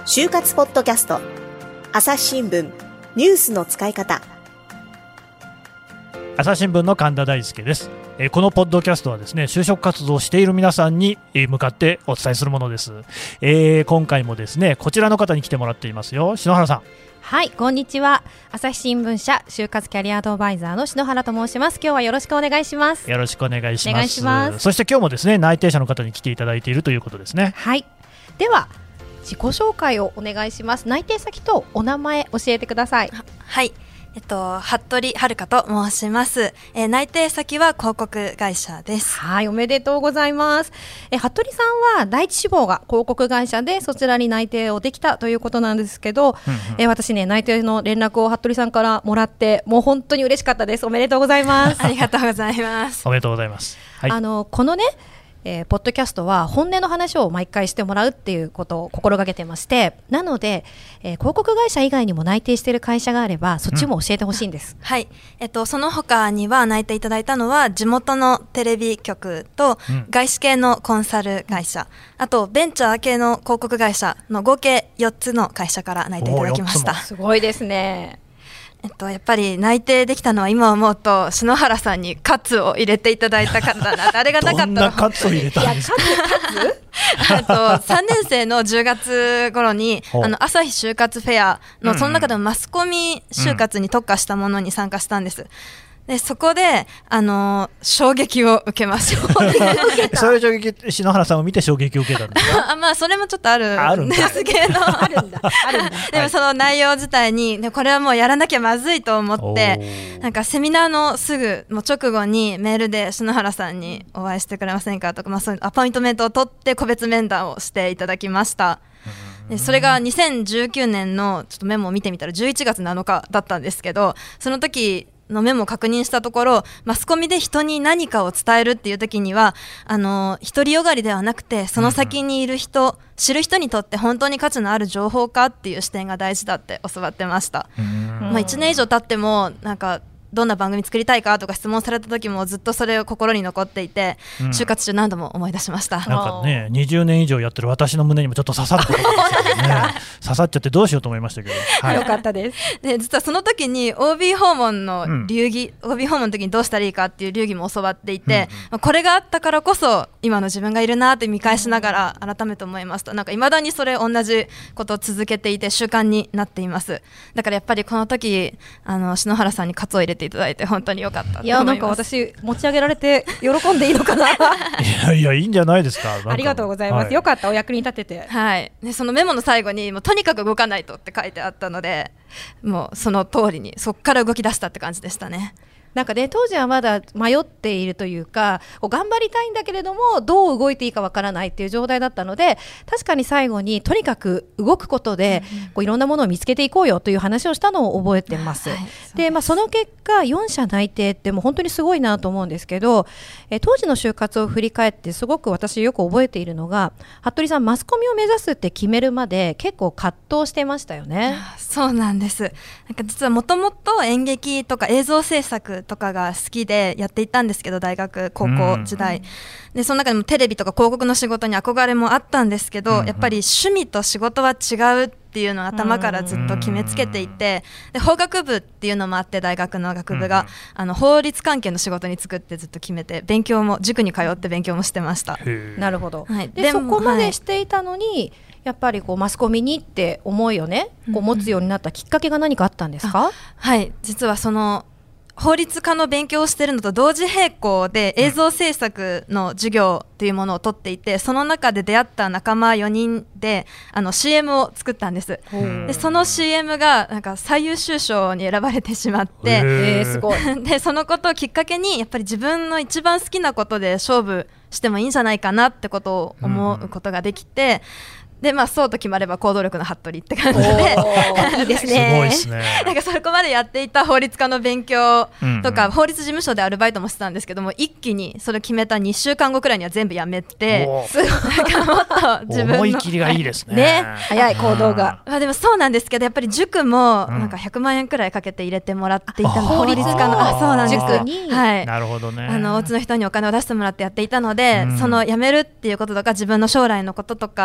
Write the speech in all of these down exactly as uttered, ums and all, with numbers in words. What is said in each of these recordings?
就活ポッドキャスト、朝日新聞ニュースの使い方。 朝日新聞の神田大輔です。えー、このポッドキャストはですね、就職活動をしている皆さんに向かってお伝えするものです。えー、今回もですね、こちらの方に来てもらっていますよ。篠原さん。 はい、こんにちは。朝日新聞社就活キャリアアドバイザーの篠原と申します。今日はよろしくお願いします。 よろしくお願いします。 お願いします。 そして今日もですね、内定者の方に来ていただいているということですね。 はい、では自己紹介をお願いします。内定先とお名前教えてください。 は、はい、えっと、服部遥と申します。えー、内定先は広告会社です。 はい、おめでとうございます。え服部さんは第一志望が広告会社で、そちらに内定をできたということなんですけど、うんうん、え私ね、内定の連絡を服部さんからもらって、もう本当に嬉しかったです。おめでとうございます。 ありがとうございます。 おめでとうございます。はい、 あのこのね、えー、ポッドキャストは本音の話を毎回してもらうっていうことを心がけてまして、なので、えー、広告会社以外にも内定している会社があればそっちも教えてほしいんです。 うん、はい、えっと、その他には内定いただいたのは地元のテレビ局と外資系のコンサル会社、うん、あとベンチャー系の広告会社の合計よっつの会社から内定いただきました。 すごいですね。 えっと、やっぱり内定できたのは今思うと篠原さんにカツを入れていただいたからだな。あれがなかったらどんなカツを入れたんですか。 とさんねん生のじゅうがつ頃にあの朝日就活フェアの、その中でもマスコミ就活に特化したものに参加したんです。でそこで、あのー、衝撃を受けました。 そういう衝撃、篠原さんを見て衝撃を受けたんですか。 あ、まあそれもちょっとあるんですけど、あるんだあるんだでもその内容自体に、でこれはもうやらなきゃまずいと思って、なんかセミナーのすぐもう直後にメールで篠原さんにお会いしてくれませんかとか、まあ、そういうアポイントメントを取って個別面談をしていただきました。でそれがにせんじゅうきゅうねんのちょっとメモを見てみたらじゅういちがつなのかだったんですけど、その時のメモを確認したところ、マスコミで人に何かを伝えるっていう時にはあの独りよがりではなくて、その先にいる人、うん、知る人にとって本当に価値のある情報かっていう視点が大事だって教わってました。まあ、いちねん以上経ってもなんかどんな番組作りたいかとか質問された時もずっとそれを心に残っていて、うん、就活中何度も思い出しました。 なんかね、にじゅうねん以上やってる私の胸にもちょっと刺さることですよね。刺さっちゃってどうしようと思いましたけど、 はい、よかったです。 で実はその時に オービー 訪問の流儀、うん、オービー 訪問の時にどうしたらいいかっていう流儀も教わっていて、うんうん、これがあったからこそ今の自分がいるなって見返しながら改めて思いますと、なんか未だにそれ同じことを続けていて習慣になっています。だからやっぱりこの時あの篠原さんにカツを入れていただいて本当によかったと思います。 いや、なんか私持ち上げられて喜んでいいのかな。いやいや、いいんじゃないですか。 ありがとうございます、はい、よかった、お役に立てて。 はい、でそのメモの最後にもうとにかく動かないとって書いてあったので、もうその通りにそこから動き出したって感じでしたね。 なんかね、当時はまだ迷っているというか、こう頑張りたいんだけれどもどう動いていいかわからないっていう状態だったので、確かに最後にとにかく動くことで、うん、こういろんなものを見つけていこうよという話をしたのを覚えてます。はい、で、まあ、その結果よん社内定ってもう本当にすごいなと思うんですけど、え当時の就活を振り返ってすごく私よく覚えているのが、服部さんマスコミを目指すって決めるまで結構葛藤してましたよね。 そうなんです。なんか実はもともと演劇とか映像制作とかが好きでやっていたんですけど、大学高校時代、うん、でその中でもテレビとか広告の仕事に憧れもあったんですけど、うん、やっぱり趣味と仕事は違うっていうのを頭からずっと決めつけていて、で法学部っていうのもあって、大学の学部が、うん、あの法律関係の仕事に就くってずっと決めて、勉強も塾に通って勉強もしてました。 なるほど、はい、でそこまでしていたのに、はい、やっぱりこうマスコミにって思いをね、こう持つようになったきっかけが何かあったんですか？ はい、実はその法律家の勉強をしているのと同時並行で映像制作の授業というものを取っていて、その中で出会った仲間よにんであの シーエム を作ったんです。でその シーエム がなんか最優秀賞に選ばれてしまって、 えー、すごいでそのことをきっかけにやっぱり自分の一番好きなことで勝負してもいいんじゃないかなってことを思うことができて、でまあ、そうと決まれば行動力の服部って感じでいいですね。 すごいですね。 なんかそこまでやっていた法律家の勉強とか、うんうん、法律事務所でアルバイトもしてたんですけども、一気にそれを決めたにしゅうかんごくらいには全部やめて、なんかもっと自分の思い切りがいいですね。 ね、早い行動が、 まあ、でもそうなんですけど、やっぱり塾もなんかひゃくまんえんくらいかけて入れてもらっていたの、法律家のあそうなんです塾に、 はい、 なるほどね。 あのお家の人にお金を出してもらってやっていたので、うん、その辞めるっていうこととか自分の将来のこととか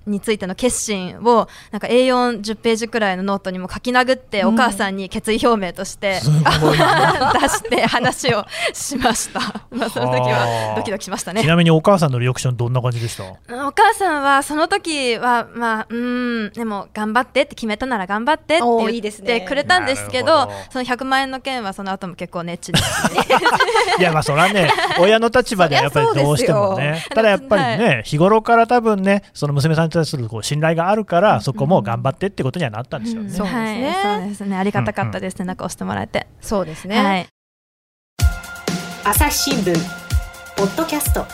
についての決心をなんか エーよんじゅう ページくらいのノートにも書き殴って、うん、お母さんに決意表明として出して話をしましたまあその時はドキドキしましたね。 ちなみにお母さんのリアクションどんな感じでした？ お母さんはその時はまあうーんでも頑張ってって決めたなら頑張ってって言ってくれたんですけど、そのひゃくまんえんの件はその後も結構ネッチですねいやまあそれはね親の立場でやっぱりどうしてもねただやっぱりね、はい、日頃から多分ねその娘さんに対するこう信頼があるから、うん、そこも頑張ってってことにはなったんですよね、うん、 そうですね、はい、そうですね、ありがたかったですね、うんうん、なんか押してもらえて。 そうですね、 はい、 朝日新聞ポッドキャスト、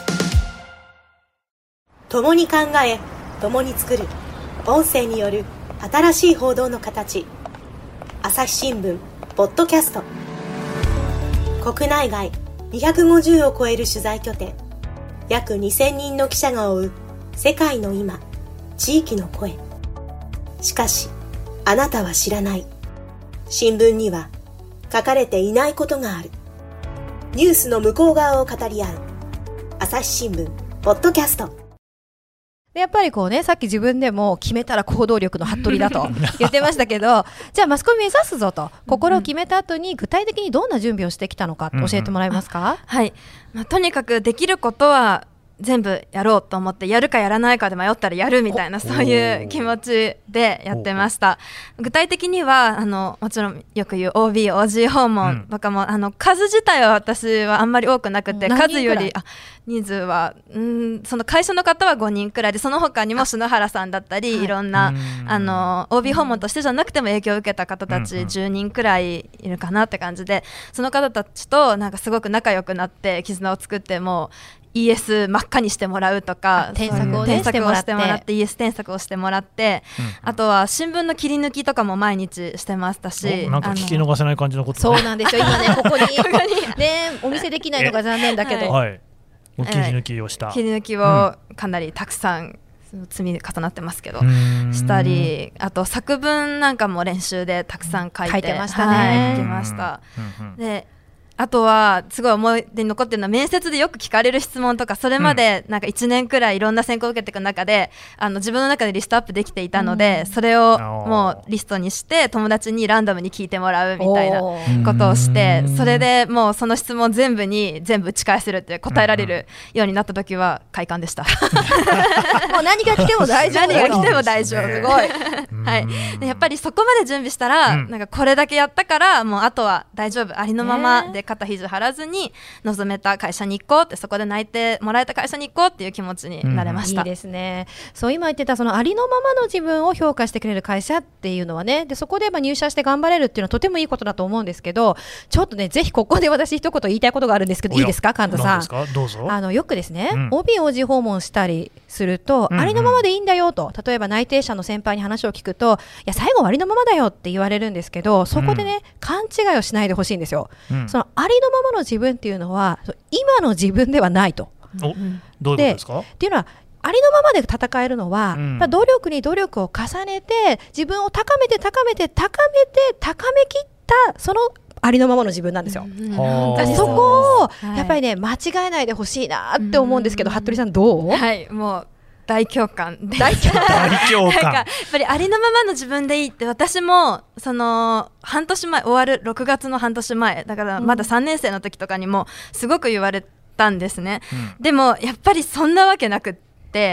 共に考え共に作る音声による新しい報道の形、朝日新聞ポッドキャスト。国内外にひゃくごじゅうを超える取材拠点、約にせんにんの記者が追う世界の今、地域の声。しかしあなたは知らない、新聞には書かれていないことがある。ニュースの向こう側を語り合う朝日新聞ポッドキャスト。 でやっぱりこうね、さっき自分でも決めたら行動力の服部だと言ってましたけどじゃあマスコミ目指すぞと心を決めた後に具体的にどんな準備をしてきたのか教えてもらえますか？うんうん、 はい、まあ、とにかくできることは全部やろうと思って、やるかやらないかで迷ったらやるみたいな、そういう気持ちでやってました。具体的にはあのもちろんよく言う オービー、オージー 訪問とかも、うん、あの数自体は私はあんまり多くなくて、数よりあ人数はんその会社の方はごにんくらいで、その他にも篠原さんだったり、はい、いろんなあの オービー 訪問としてじゃなくても影響を受けた方たちじゅうにんくらいいるかなって感じで、その方たちとなんかすごく仲良くなって絆を作って、もうイーエス 真っ赤にしてもらうとか、 添削を、 ね、添削をしてもらって イーエス 添削をしてもらって、うんうん、あとは新聞の切り抜きとかも毎日してましたし、 なんか聞き逃せない感じのこと、ね、 そうなんですよ今ねここにねお見せできないのが残念だけど、 はい、切り抜きをした、 切り抜きをかなりたくさん積み重なってますけど、うん、したり、あと作文なんかも練習でたくさん書いて、 書いてましたね、 はい、書きました、うんうん、であとはすごい思い出に残ってるのは、面接でよく聞かれる質問とか、それまでなんかいちねんくらいいろんな選考を受けていく中で、あの自分の中でリストアップできていたので、うん、それをもうリストにして友達にランダムに聞いてもらうみたいなことをして、それでもうその質問全部に全部打ち返せるって答えられるようになった時は快感でしたもう何が来ても大丈夫何が来ても大丈夫、すごいはい、でやっぱりそこまで準備したら、うん、なんかこれだけやったからもうあとは大丈夫、ありのままで肩肘張らずに望めた会社に行こうって、そこで泣いてもらえた会社に行こうっていう気持ちになれました、 うん、いいですね。そう今言ってたそのありのままの自分を評価してくれる会社っていうのはね、でそこでやっぱ入社して頑張れるっていうのはとてもいいことだと思うんですけど、ちょっとねぜひここで私一言言いたいことがあるんですけど、いいですか神田さん。 何ですか、どうぞ。 あのよくですね、うん、オービー オージー 訪問したりすると、うんうん、ありのままでいいんだよと、例えば内定者の先輩に話を聞くと、いや最後はありのままだよって言われるんですけど、そこでね、うん、勘違いをしないでほしいんですよ、うん、そのありのままの自分っていうのは今の自分ではないと。 お、どういうことですか？ っていうのはありのままで戦えるのは、うん、努力に努力を重ねて自分を高めて高めて高めて高めきったそのありのままの自分なんですよ、うん、そこをやっぱりね、はい、間違えないでほしいなって思うんですけど、うん、服部さんどう？ はい、もう大共感大共感大共感なんかやっぱりありのままの自分でいいって、私もその半年前終わるろくがつの半年前だからまださんねん生の時とかにもすごく言われたんですね、うん、でもやっぱりそんなわけなくって、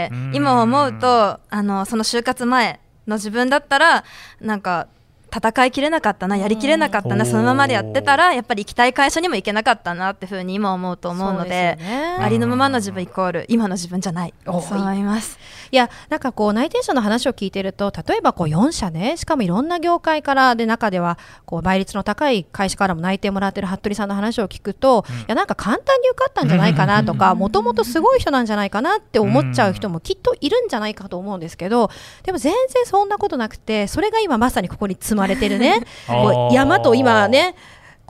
今思うとあのその就活前の自分だったらなんか戦いきれなかったな、やりきれなかったな、そのままでやってたらやっぱり行きたい会社にも行けなかったなっていうふうに今思うと思うの で, で、ね、ありのままの自分イコール今の自分じゃない、そう思います。 いやなんかこう内定者の話を聞いてると、例えばこうよん社ね、しかもいろんな業界からで、中ではこう倍率の高い会社からも内定もらってる服部さんの話を聞くと、うん、いやなんか簡単に受かったんじゃないかなとか、もともとすごい人なんじゃないかなって思っちゃう人もきっといるんじゃないかと思うんですけど、でも全然そんなことなくて、それが今まさにここに積まれてるねこう山と今ね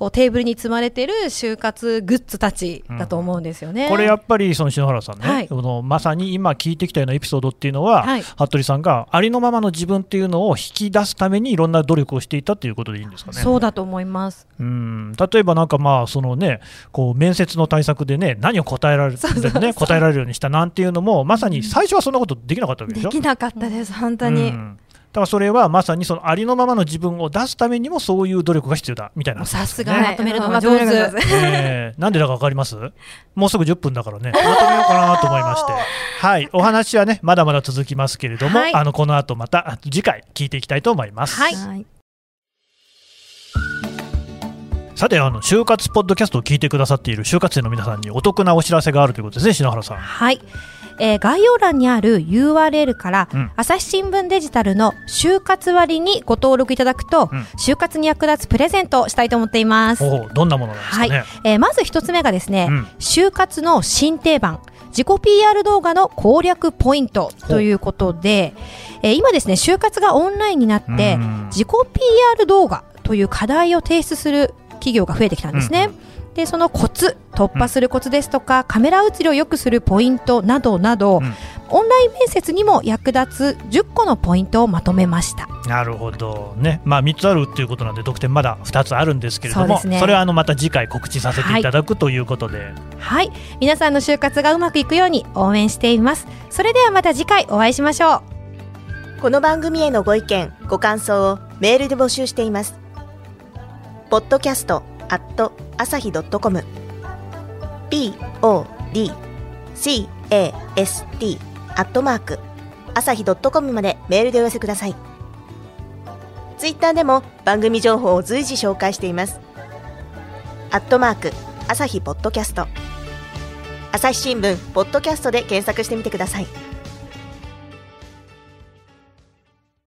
こうテーブルに積まれてる就活グッズたちだと思うんですよね、 うん、これやっぱりその篠原さんね、はい、このまさに今聞いてきたようなエピソードっていうのは、はい、服部さんがありのままの自分っていうのを引き出すためにいろんな努力をしていたということでいいんですかね。 そうだと思います。 うん、例えばなんかまあそのねこう面接の対策でね何を答えられる、ね、答えられるようにしたなんていうのもまさに最初はそんなことできなかったわけでしょ。 できなかったです本当に、うん、 だからそれはまさにそのありのままの自分を出すためにもそういう努力が必要だみたいな、ね、 さすがまとめるのが上手、 えー、なんでだか分かります？もうすぐじゅっぷんだからねまとめようかなと思いましてはいお話はねまだまだ続きますけれども、はい、あのこの後また次回聞いていきたいと思います。はい、はい、さてあの就活ポッドキャストを聞いてくださっている就活生の皆さんにお得なお知らせがあるということですね。篠原さん。 はい、えー、概要欄にある ユーアールエル から、うん、朝日新聞デジタルの就活割にご登録いただくと、うん、就活に役立つプレゼントをしたいと思っています。 おどんなものなんですかね。はい、 えー、まず一つ目がですね、うん、就活の新定番自己 ピーアール 動画の攻略ポイントということで、えー、今ですね就活がオンラインになって自己 ピーアール 動画という課題を提出する企業が増えてきたんですね、うん、でそのコツ突破するコツですとか、うん、カメラ映りを良くするポイントなどなど、うん、オンライン面接にも役立つじゅっこのポイントをまとめました。 なるほどね、まあ、みっつあるということなんで得点まだふたつあるんですけれども そ,、ね、それはあのまた次回告知させていただく、はい、ということで、 はい、皆さんの就活がうまくいくように応援しています。それではまた次回お会いしましょう。この番組へのご意見ご感想をメールで募集しています。ポッドキャストアットアサヒドットコム ピーオーディーキャスト アットマークアサヒドットコムまでメールでお寄せください。ツイッターでも番組情報を随時紹介しています。アットマークアサヒポッドキャスト、朝日新聞ポッドキャストで検索してみてください。